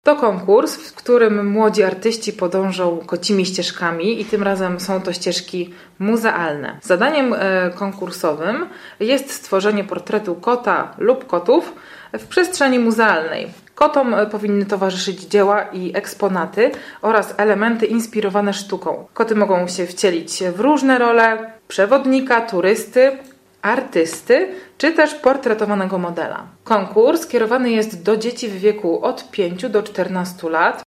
To konkurs, w którym młodzi artyści podążą kocimi ścieżkami i tym razem są to ścieżki muzealne. Zadaniem konkursowym jest stworzenie portretu kota lub kotów w przestrzeni muzealnej. Kotom powinny towarzyszyć dzieła i eksponaty oraz elementy inspirowane sztuką. Koty mogą się wcielić w różne role: przewodnika, turysty, artysty czy też portretowanego modela. Konkurs kierowany jest do dzieci w wieku od 5 do 14 lat.